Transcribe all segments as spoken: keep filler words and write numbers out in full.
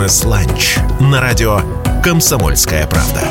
«Бизнес-ланч» на радио «Комсомольская правда».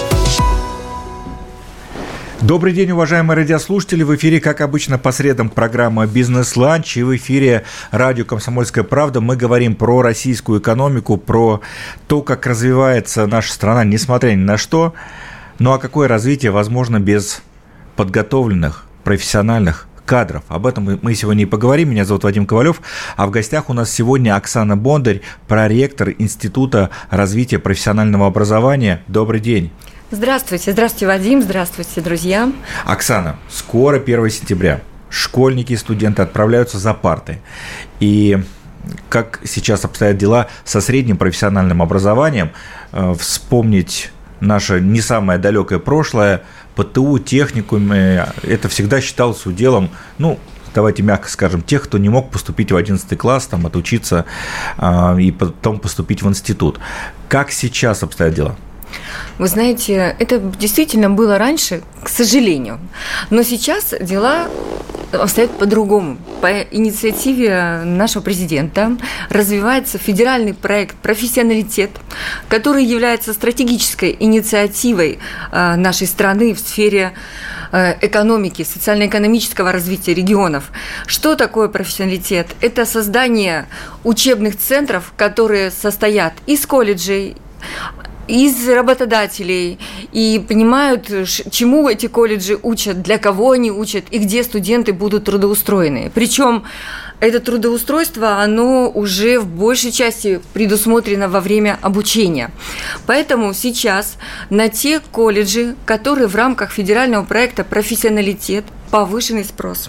Добрый день, уважаемые радиослушатели. В эфире, как обычно, по средам программа «Бизнес-ланч». И в эфире радио «Комсомольская правда» мы говорим про российскую экономику, про то, как развивается наша страна, несмотря ни на что. Ну а какое развитие возможно без подготовленных, профессиональных кадров? Об этом мы сегодня и поговорим. Меня зовут Вадим Ковалев, а в гостях у нас сегодня Оксана Бондарь, проректор Института развития профессионального образования. Добрый день. Здравствуйте, здравствуйте, Вадим, здравствуйте, друзья. Оксана, скоро первое сентября. Школьники и студенты отправляются за парты. И как сейчас обстоят дела со средним профессиональным образованием? Вспомнить наше не самое далекое прошлое, ПТУ, техникумы, это всегда считалось уделом, ну, давайте мягко скажем, тех, кто не мог поступить в одиннадцатый класс, там, отучиться э, и потом поступить в институт. Как сейчас обстоят дела? Вы знаете, это действительно было раньше, к сожалению. Но сейчас дела обстоят по-другому. По инициативе нашего президента развивается федеральный проект «Профессионалитет», который является стратегической инициативой нашей страны в сфере экономики, социально-экономического развития регионов. Что такое профессионалитет? Это создание учебных центров, которые состоят из колледжей, из работодателей, и понимают, чему эти колледжи учат, для кого они учат и где студенты будут трудоустроены. Причем это трудоустройство, оно уже в большей части предусмотрено во время обучения. Поэтому сейчас на те колледжи, которые в рамках федерального проекта «Профессионалитет», повышенный спрос.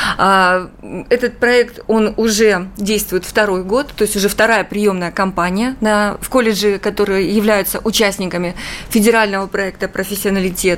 Этот проект, он уже действует второй год, то есть уже вторая приемная кампания на, в колледже, которые являются участниками федерального проекта «Профессионалитет».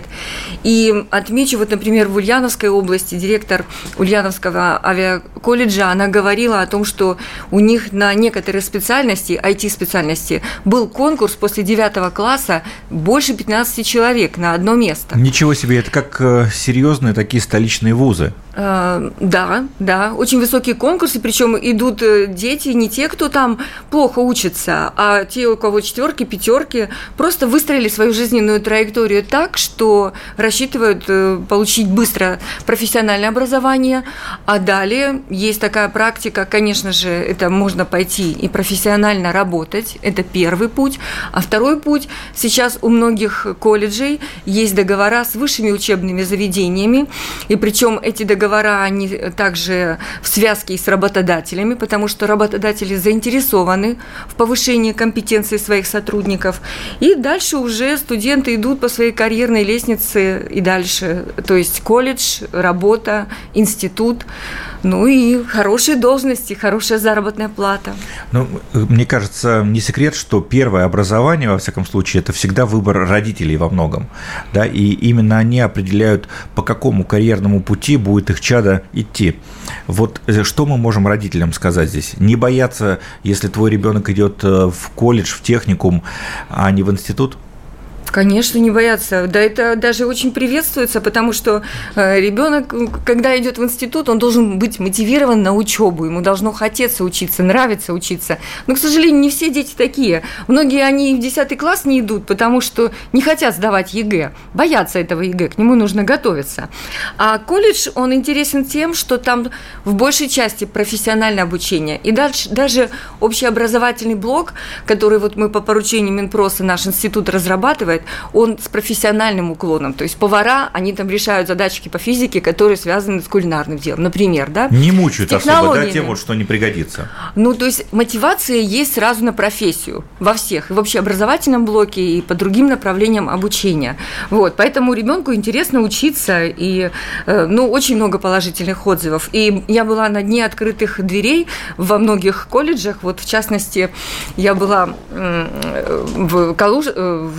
И отмечу, вот, например, в Ульяновской области директор Ульяновского авиаколледжа, она говорила о том, что у них на некоторые специальности, ай ти-специальности, был конкурс после девятого класса больше пятнадцати человек на одно место. Ничего себе, это как серьезные такие столичные вузы. Да, да, очень высокие конкурсы, причем идут дети, не те, кто там плохо учится, а те, у кого четверки, пятерки, просто выстроили свою жизненную траекторию так, что рассчитывают получить быстро профессиональное образование, а далее есть такая практика, конечно же, это можно пойти и профессионально работать, это первый путь, а второй путь, сейчас у многих колледжей есть договора с высшими учебными заведениями, и причем эти договора они также в связке с работодателями, потому что работодатели заинтересованы в повышении компетенции своих сотрудников. И дальше уже студенты идут по своей карьерной лестнице и дальше. То есть колледж, работа, институт, ну и хорошие должности, хорошая заработная плата. Ну, мне кажется, не секрет, что первое образование, во всяком случае, это всегда выбор родителей во многом. Да? И именно они определяют, по какому карьерному пути будет их чадо идти. Вот что мы можем родителям сказать здесь? Не бояться, если твой ребенок идет в колледж, в техникум, а не в институт? Конечно, не бояться. Да, это даже очень приветствуется, потому что ребенок, когда идет в институт, он должен быть мотивирован на учебу, ему должно хотеться учиться, нравиться учиться. Но, к сожалению, не все дети такие. Многие они в десятый класс не идут, потому что не хотят сдавать ЕГЭ, боятся этого ЕГЭ, к нему нужно готовиться. А колледж, он интересен тем, что там в большей части профессиональное обучение. И дальше даже общеобразовательный блок, который вот мы по поручению Минпроса наш институт разрабатывает, он с профессиональным уклоном. То есть повара, они там решают задачки по физике, которые связаны с кулинарным делом. Например, да? Не мучают особо, да, тем, что не пригодится. Ну, то есть мотивация есть сразу на профессию во всех. И в общеобразовательном блоке, и по другим направлениям обучения. Вот, поэтому ребенку интересно учиться, и, ну, очень много положительных отзывов. И я была на дне открытых дверей во многих колледжах. Вот, в частности, я была в, Калуж... в Тульской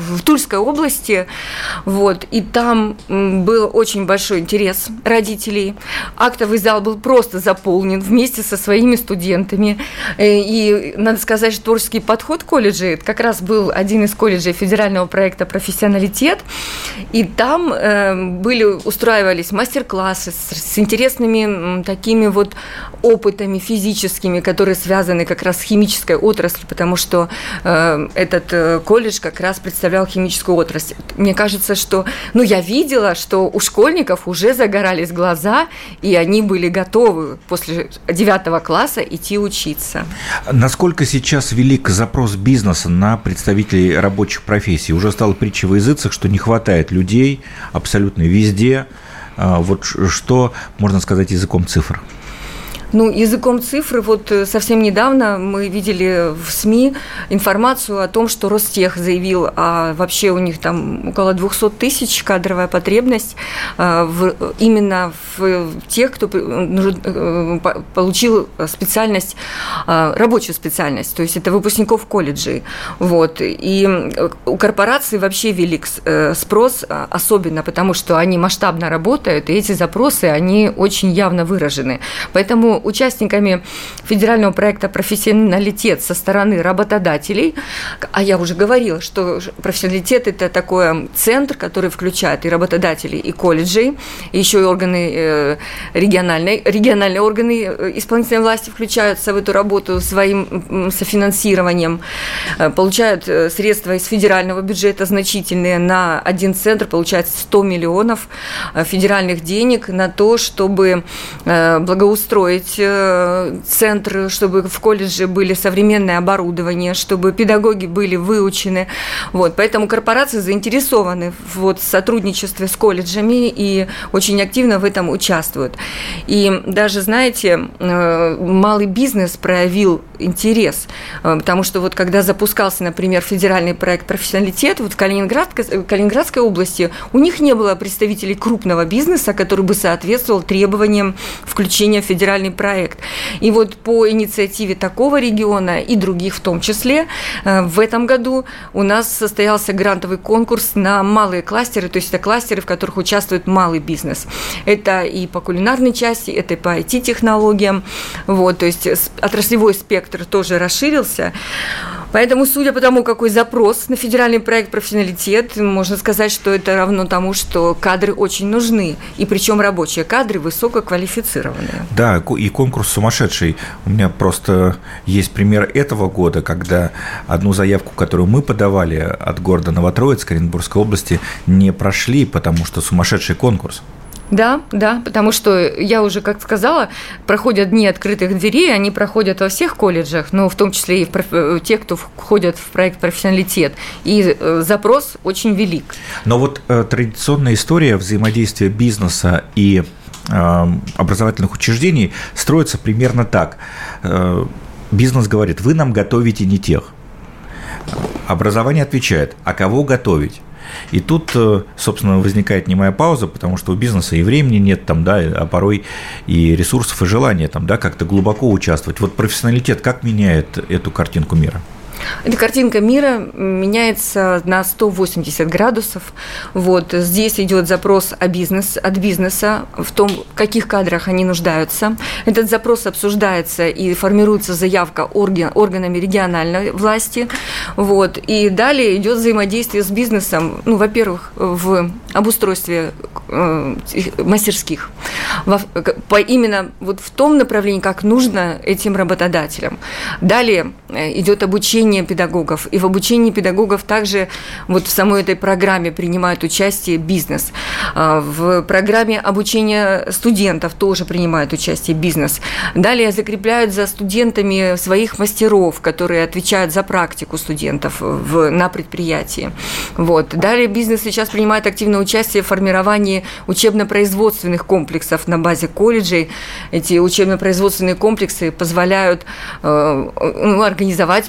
Оренбургской области, вот, и там был очень большой интерес родителей. Актовый зал был просто заполнен вместе со своими студентами, и, надо сказать, что творческий подход колледжа, это как раз был один из колледжей федерального проекта «Профессионалитет», и там были, устраивались мастер-классы с, с интересными такими вот опытами физическими, которые связаны как раз с химической отраслью, потому что э, этот э, колледж как раз представлял химическую отрасль. Мне кажется, что, ну, я видела, что у школьников уже загорались глаза, и они были готовы после девятого класса идти учиться. Насколько сейчас велик запрос бизнеса на представителей рабочих профессий? Уже стало притчей во языцах, что не хватает людей абсолютно везде. Вот что можно сказать языком цифр? Ну, языком цифры, вот совсем недавно мы видели в СМИ информацию о том, что Ростех заявил, а вообще у них там около двести тысяч кадровая потребность в, именно в тех, кто получил специальность, рабочую специальность, то есть это выпускников колледжей. Вот. И у корпораций вообще велик спрос, особенно потому, что они масштабно работают, и эти запросы, они очень явно выражены. Поэтому участниками федерального проекта «Профессионалитет» со стороны работодателей, а я уже говорила, что профессионалитет – это такой центр, который включает и работодателей, и колледжей, и еще и органы региональной, региональные органы исполнительной власти включаются в эту работу своим софинансированием, получают средства из федерального бюджета значительные, на один центр получается сто миллионов федеральных денег на то, чтобы благоустроить центр, чтобы в колледже были современное оборудование, чтобы педагоги были выучены. Вот. Поэтому корпорации заинтересованы вот, в сотрудничестве с колледжами и очень активно в этом участвуют. И даже, знаете, малый бизнес проявил интерес, потому что вот когда запускался, например, федеральный проект «Профессионалитет», вот в Калининградской, Калининградской области у них не было представителей крупного бизнеса, который бы соответствовал требованиям включения в федеральный проект. И вот по инициативе такого региона и других в том числе в этом году у нас состоялся грантовый конкурс на малые кластеры, то есть это кластеры, в которых участвует малый бизнес. Это и по кулинарной части, это и по ай ти-технологиям, вот, то есть отраслевой спектр тоже расширился. Поэтому, судя по тому, какой запрос на федеральный проект «Профессионалитет», можно сказать, что это равно тому, что кадры очень нужны, и причем рабочие кадры высококвалифицированные. Да, и конкурс сумасшедший. У меня просто есть пример этого года, когда одну заявку, которую мы подавали от города Новотроицк, Оренбургской области, не прошли, потому что сумасшедший конкурс. Да, да, потому что я уже, как сказала, проходят дни открытых дверей, они проходят во всех колледжах, но в том числе и в проф... те, кто входят в проект «Профессионалитет», и запрос очень велик. Но вот э, традиционная история взаимодействия бизнеса и э, образовательных учреждений строится примерно так. Э, бизнес говорит: вы нам готовите не тех. Образование отвечает: а кого готовить? И тут, собственно, возникает немая пауза, потому что у бизнеса и времени нет, там, да, а порой и ресурсов, и желания там, да, как-то глубоко участвовать. Вот профессионалитет как меняет эту картинку мира? Эта картинка мира меняется на сто восемьдесят градусов. Вот. Здесь идет запрос о бизнес, от бизнеса, в том, в каких кадрах они нуждаются. Этот запрос обсуждается и формируется заявка орган, органами региональной власти. Вот. И далее идет взаимодействие с бизнесом, ну, во-первых, в обустройстве э, мастерских, во, по, именно вот в том направлении, как нужно этим работодателям. Далее идет обучение педагогов, и в обучении педагогов также вот в самой этой программе принимает участие бизнес. В программе обучения студентов тоже принимает участие бизнес. Далее закрепляют за студентами своих мастеров, которые отвечают за практику студентов в, на предприятии. Вот. Далее бизнес сейчас принимает активное участие в формировании учебно-производственных комплексов на базе колледжей. Эти учебно-производственные комплексы позволяют э, ну, организовать первое рабочее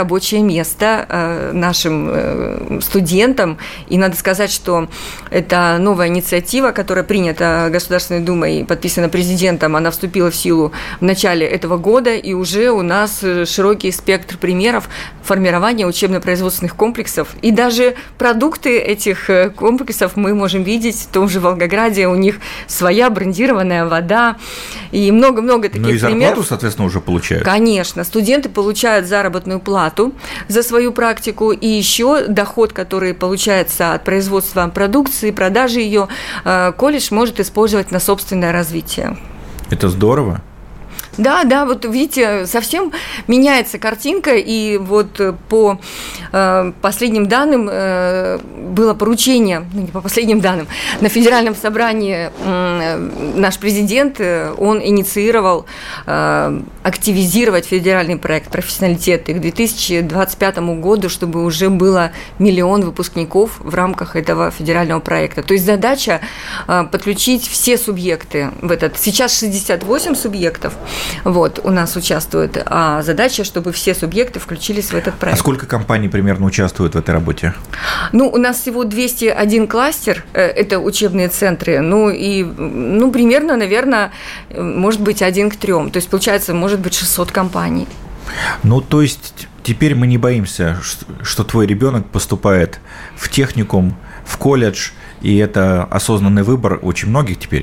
рабочее место нашим студентам. И надо сказать, что это новая инициатива, которая принята Государственной Думой и подписана президентом. Она вступила в силу в начале этого года, и уже у нас широкий спектр примеров формирования учебно-производственных комплексов. И даже продукты этих комплексов мы можем видеть в том же Волгограде. У них своя брендированная вода и много-много таких примеров. Ну и зарплату, примеров. Соответственно, уже получают? Конечно. Студенты получают заработную плату за свою практику, и еще доход, который получается от производства продукции, продажи ее, колледж может использовать на собственное развитие. Это здорово. Да, да, вот видите, совсем меняется картинка, и вот по э, последним данным э, было поручение, ну не по последним данным, на федеральном собрании э, наш президент, э, он инициировал э, активизировать федеральный проект «Профессионалитет» и к две тысячи двадцать пятому году, чтобы уже было миллион выпускников в рамках этого федерального проекта. То есть задача э, подключить все субъекты в этот. Сейчас шестьдесят восемь субъектов. Вот, у нас участвуют, а задача, чтобы все субъекты включились в этот проект. А сколько компаний примерно участвуют в этой работе? Ну, у нас всего двести один кластер, это учебные центры, ну, и, ну, примерно, наверное, может быть, один к трем, то есть, получается, может быть, шестьсот компаний. Ну, то есть, теперь мы не боимся, что твой ребенок поступает в техникум, в колледж, и это осознанный выбор очень многих теперь?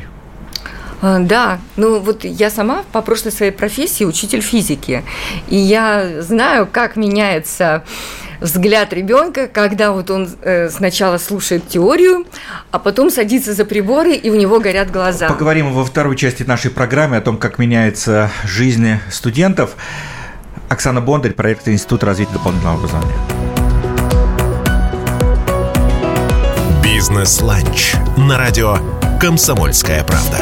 Да, ну вот я сама по прошлой своей профессии учитель физики, и я знаю, как меняется взгляд ребенка, когда вот он сначала слушает теорию, а потом садится за приборы, и у него горят глаза. Поговорим во второй части нашей программы о том, как меняется жизнь студентов. Оксана Бондарь, проект Института развития дополнительного образования. Бизнес-ланч на радио «Комсомольская правда».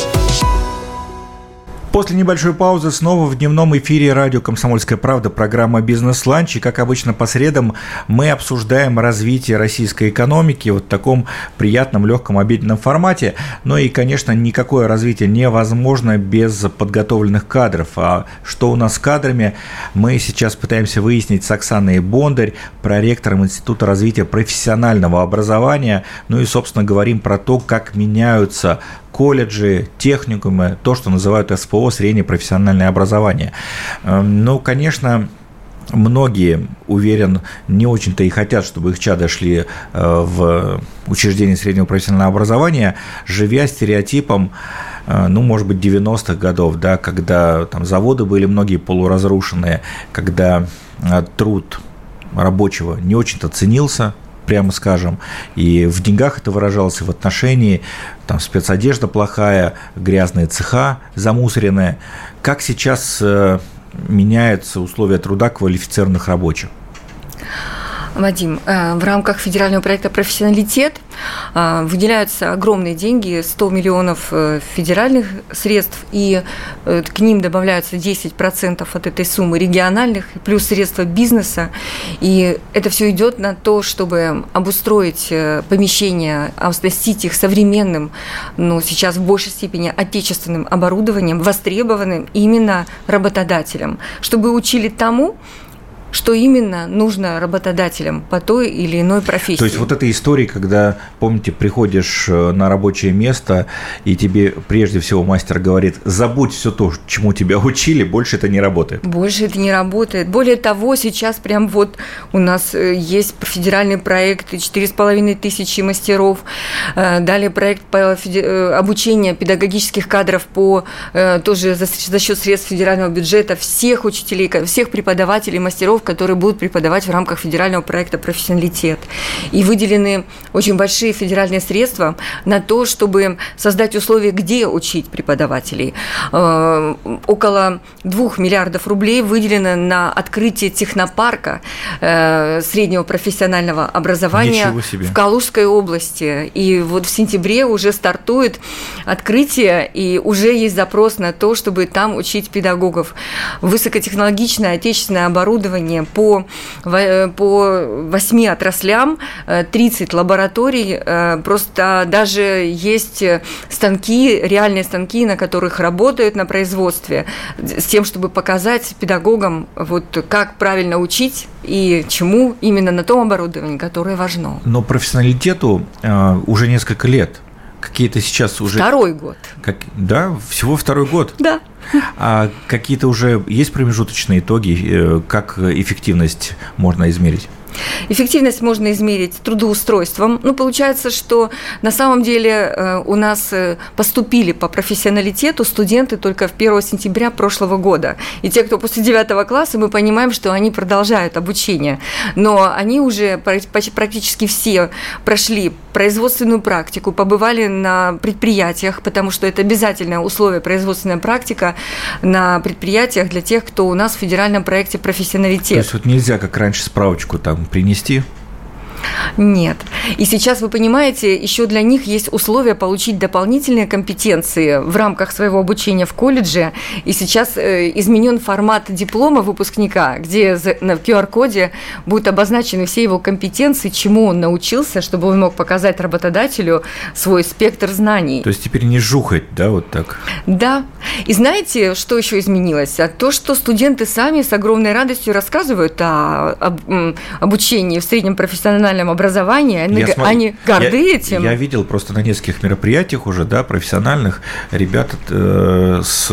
После небольшой паузы снова в дневном эфире радио «Комсомольская правда» программа «Бизнес-ланч». И, как обычно, по средам мы обсуждаем развитие российской экономики вот в таком приятном, легком, обеденном формате. Но и, конечно, никакое развитие невозможно без подготовленных кадров. А что у нас с кадрами, мы сейчас пытаемся выяснить с Оксаной Бондарь, проректором Института развития профессионального образования. Ну и, собственно, говорим про то, как меняются колледжи, техникумы, то, что называют эс пэ о, среднее профессиональное образование. Ну, конечно, многие, уверен, не очень-то и хотят, чтобы их чада шли в учреждение среднего профессионального образования, живя стереотипом, ну, может быть, девяностых годов, да, когда там заводы были многие полуразрушенные, когда труд рабочего не очень-то ценился, прямо скажем, и в деньгах это выражалось, и в отношении, там, спецодежда плохая, грязные цеха замусоренные. Как сейчас э, меняются условия труда квалифицированных рабочих? Вадим, в рамках федерального проекта «Профессионалитет» выделяются огромные деньги, сто миллионов федеральных средств, и к ним добавляются десять процентов от этой суммы региональных, плюс средства бизнеса. И это все идет на то, чтобы обустроить помещения, оснастить их современным, но сейчас в большей степени отечественным оборудованием, востребованным именно работодателем, чтобы учили тому, что именно нужно работодателям по той или иной профессии. То есть вот эта история, когда, помните, приходишь на рабочее место, и тебе прежде всего мастер говорит: забудь все то, чему тебя учили, больше это не работает. Больше это не работает. Более того, сейчас прям вот у нас есть федеральный проект, четыре с половиной тысячи мастеров, далее проект по обучению педагогических кадров по, тоже за, за счет средств федерального бюджета всех учителей, всех преподавателей, мастеров, которые будут преподавать в рамках федерального проекта «Профессионалитет». И выделены очень большие федеральные средства на то, чтобы создать условия, где учить преподавателей. Около двух миллиардов рублей выделено на открытие технопарка среднего профессионального образования в Калужской области. И вот в сентябре уже стартует открытие, и уже есть запрос на то, чтобы там учить педагогов. Высокотехнологичное отечественное оборудование оборудование по, по восьми отраслям, тридцать лабораторий, просто даже есть станки, реальные станки, на которых работают на производстве, с тем, чтобы показать педагогам, вот, как правильно учить и чему именно на том оборудовании, которое важно. Но профессионалитету э, уже несколько лет. Какие-то сейчас уже... Второй год. Как... Да, всего второй год? Да. А какие-то уже есть промежуточные итоги, как эффективность можно измерить? Эффективность можно измерить трудоустройством. Ну, получается, что на самом деле у нас поступили по профессионалитету студенты только в первого сентября прошлого года. И те, кто после девятого класса, мы понимаем, что они продолжают обучение. Но они уже практически все прошли производственную практику, побывали на предприятиях, потому что это обязательное условие, производственная практика на предприятиях для тех, кто у нас в федеральном проекте профессионалитет. То есть вот нельзя, как раньше, справочку там принести? Нет. И сейчас, вы понимаете, еще для них есть условия получить дополнительные компетенции в рамках своего обучения в колледже. И сейчас изменен формат диплома выпускника, где на ку ар-коде будут обозначены все его компетенции, чему он научился, чтобы он мог показать работодателю свой спектр знаний. То есть теперь не жухать, да, вот так? Да. И знаете, что еще изменилось? А то, что студенты сами с огромной радостью рассказывают о, об, обучении в среднем профессиональном образовании, они, я они смотр... горды я, этим. Я видел просто на нескольких мероприятиях уже, да, профессиональных, ребята э, с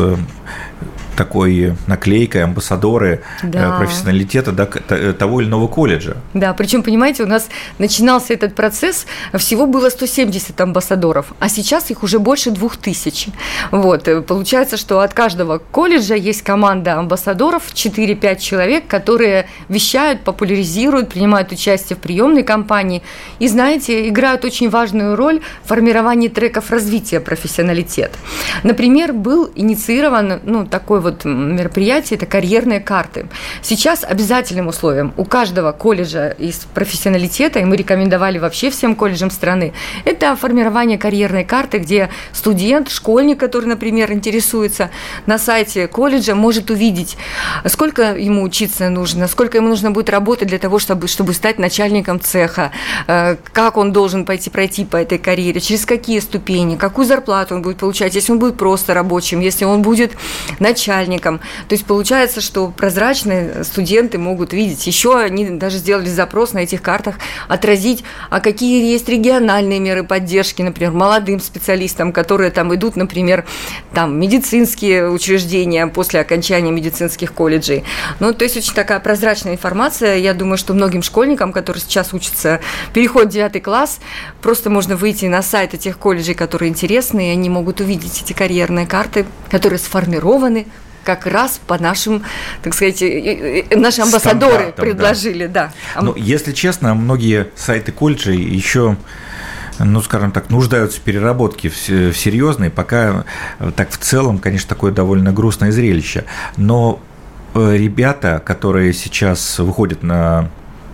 такой наклейкой амбассадоры да. профессионалитета да, того или иного колледжа. Да, причем, понимаете, у нас начинался этот процесс, всего было сто семьдесят амбассадоров, а сейчас их уже больше двух тысяч. Вот, получается, что от каждого колледжа есть команда амбассадоров, четыре-пять человек, которые вещают, популяризируют, принимают участие в приемной кампании и, знаете, играют очень важную роль в формировании треков развития профессионалитета. Например, был инициирован, ну, такой вот мероприятие – это карьерные карты. Сейчас обязательным условием у каждого колледжа из профессионалитета, и мы рекомендовали вообще всем колледжам страны, это формирование карьерной карты, где студент, школьник, который, например, интересуется, на сайте колледжа может увидеть, сколько ему учиться нужно, сколько ему нужно будет работать для того, чтобы, чтобы стать начальником цеха, как он должен пойти пройти по этой карьере, через какие ступени, какую зарплату он будет получать, если он будет просто рабочим, если он будет начальником. То есть получается, что прозрачные студенты могут видеть. Еще они даже сделали запрос на этих картах, отразить, а какие есть региональные меры поддержки, например, молодым специалистам, которые там идут, например, там медицинские учреждения после окончания медицинских колледжей. Ну, то есть очень такая прозрачная информация. Я думаю, что многим школьникам, которые сейчас учатся, переходят в девятый класс, просто можно выйти на сайт этих колледжей, которые интересны, и они могут увидеть эти карьерные карты, которые сформированы как раз по нашим, так сказать, наши амбассадоры предложили, да. да. Ну, если честно, многие сайты колледжей еще, ну, скажем так, нуждаются в переработке в серьезной, пока так в целом, конечно, такое довольно грустное зрелище. Но ребята, которые сейчас выходят на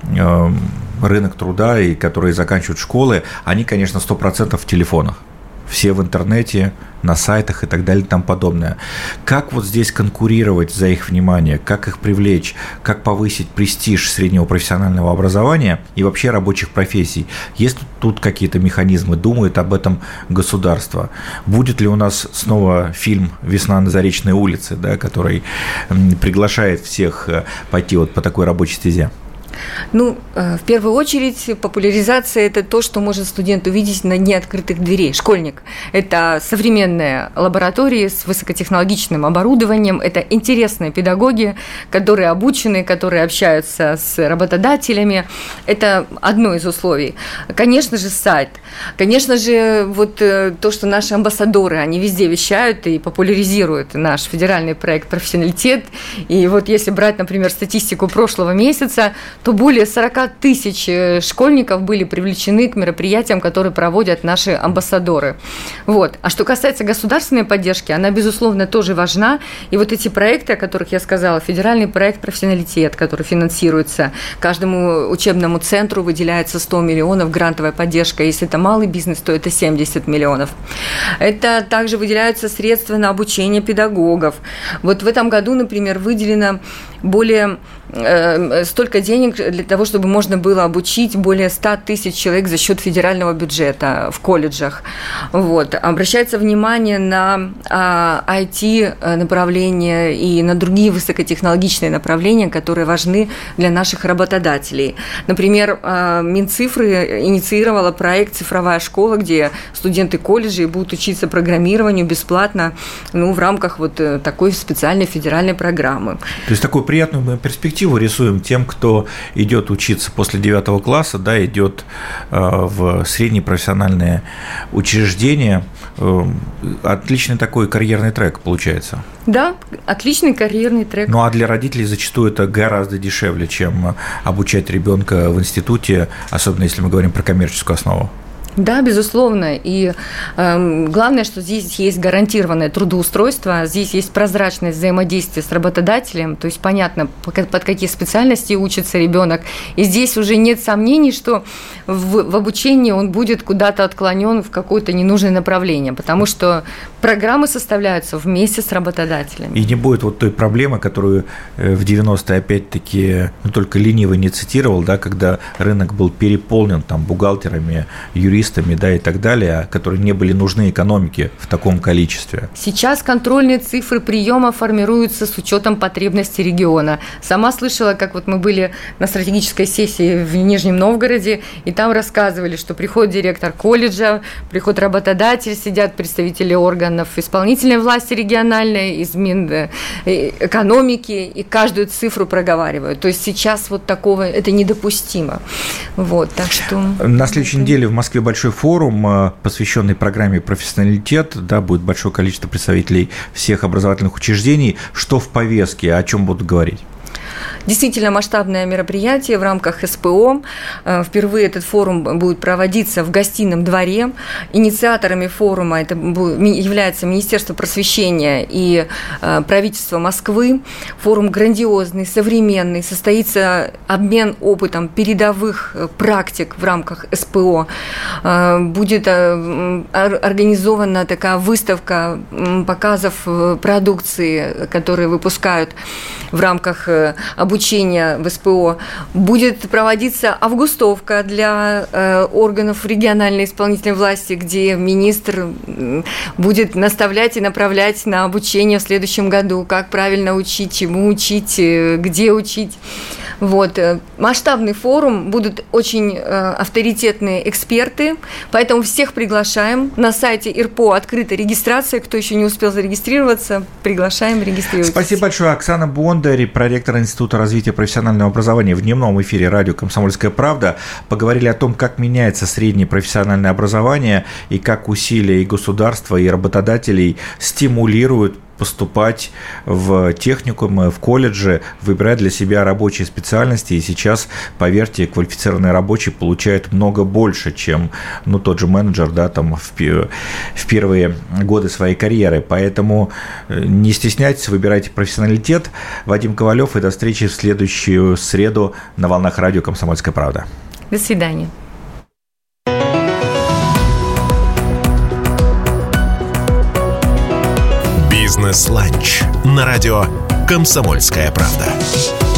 рынок труда и которые заканчивают школы, они, конечно, сто процентов в телефонах. Все в интернете, на сайтах и так далее и тому подобное. Как вот здесь конкурировать за их внимание, как их привлечь, как повысить престиж среднего профессионального образования и вообще рабочих профессий? Есть тут какие-то механизмы, думает об этом государство? Будет ли у нас снова фильм «Весна на Заречной улице», да, который приглашает всех пойти вот по такой рабочей стезе? Ну, в первую очередь, популяризация – это то, что может студент увидеть на дне открытых дверей. Школьник – это современные лаборатории с высокотехнологичным оборудованием, это интересные педагоги, которые обучены, которые общаются с работодателями. Это одно из условий. Конечно же, сайт. Конечно же, вот то, что наши амбассадоры, они везде вещают и популяризируют наш федеральный проект «Профессионалитет». И вот если брать, например, статистику прошлого месяца, то более сорок тысяч школьников были привлечены к мероприятиям, которые проводят наши амбассадоры. Вот. А что касается государственной поддержки, она, безусловно, тоже важна. И вот эти проекты, о которых я сказала, федеральный проект «Профессионалитет», который финансируется, каждому учебному центру выделяется сто миллионов, грантовая поддержка. Если это малый бизнес, то это семьдесят миллионов. Это также выделяются средства на обучение педагогов. Вот в этом году, например, выделено более столько денег для того, чтобы можно было обучить более ста тысяч человек за счет федерального бюджета в колледжах. Вот. Обращается внимание на ай ти-направления и на другие высокотехнологичные направления, которые важны для наших работодателей. Например, Минцифры инициировала проект «Цифровая школа», где студенты колледжей будут учиться программированию бесплатно, ну, в рамках вот такой специальной федеральной программы. То есть такую приятную перспективу рисуем тем, кто идет учиться после девятого класса, да, идет в средние профессиональные учреждения. Отличный такой карьерный трек получается. Да, отличный карьерный трек. Ну а для родителей зачастую это гораздо дешевле, чем обучать ребенка в институте, особенно если мы говорим про коммерческую основу. Да, безусловно. И э, главное, что здесь есть гарантированное трудоустройство, здесь есть прозрачность взаимодействия с работодателем, то есть понятно, под какие специальности учится ребенок. И здесь уже нет сомнений, что в, в обучении он будет куда-то отклонен в какое-то ненужное направление, потому что программы составляются вместе с работодателем. И не будет вот той проблемы, которую в девяностые опять-таки, ну, только ленивый не цитировал, да, когда рынок был переполнен там бухгалтерами, юристами, да, и так далее, которые не были нужны экономике в таком количестве. Сейчас контрольные цифры приема формируются с учетом потребностей региона. Сама слышала, как вот мы были на стратегической сессии в Нижнем Новгороде, и там рассказывали, что приходит директор колледжа, приходит работодатель, сидят представители органов исполнительной власти региональной, из Минэкономики, и каждую цифру проговаривают. То есть сейчас вот такого, это недопустимо. Вот, так что... На следующей неделе в Москве большой форум, посвященный программе «Профессионалитет», да, будет большое количество представителей всех образовательных учреждений. Что в повестке, о чем будут говорить? Действительно масштабное мероприятие в рамках эс пэ о. Впервые этот форум будет проводиться в гостином дворе. Инициаторами форума это является Министерство просвещения и правительство Москвы. Форум грандиозный, современный, состоится обмен опытом передовых практик в рамках эс пэ о. Будет организована такая выставка показов продукции, которые выпускают в рамках обучения в эс пэ о. Будет проводиться августовка для э, органов региональной исполнительной власти, где министр будет наставлять и направлять на обучение в следующем году, как правильно учить, чему учить, где учить. Вот. Масштабный форум, будут очень э, авторитетные эксперты, поэтому всех приглашаем. На сайте эр пэ о открыта регистрация, кто еще не успел зарегистрироваться, приглашаем, регистрируйтесь. Спасибо большое. Оксана Бондарь, проректор Института развития профессионального образования, в дневном эфире радио «Комсомольская правда». Поговорили о том, как меняется среднее профессиональное образование и как усилия и государства, и работодателей стимулируют поступать в техникумы, в колледжи, выбирать для себя рабочие специальности. И сейчас, поверьте, квалифицированный рабочий получает много больше, чем, ну, тот же менеджер, да, там, в, в первые годы своей карьеры. Поэтому не стесняйтесь, выбирайте профессионалитет. Вадим Ковалев, и до встречи в следующую среду на волнах радио «Комсомольская правда». До свидания. «Бизнес-ланч» на радио «Комсомольская правда».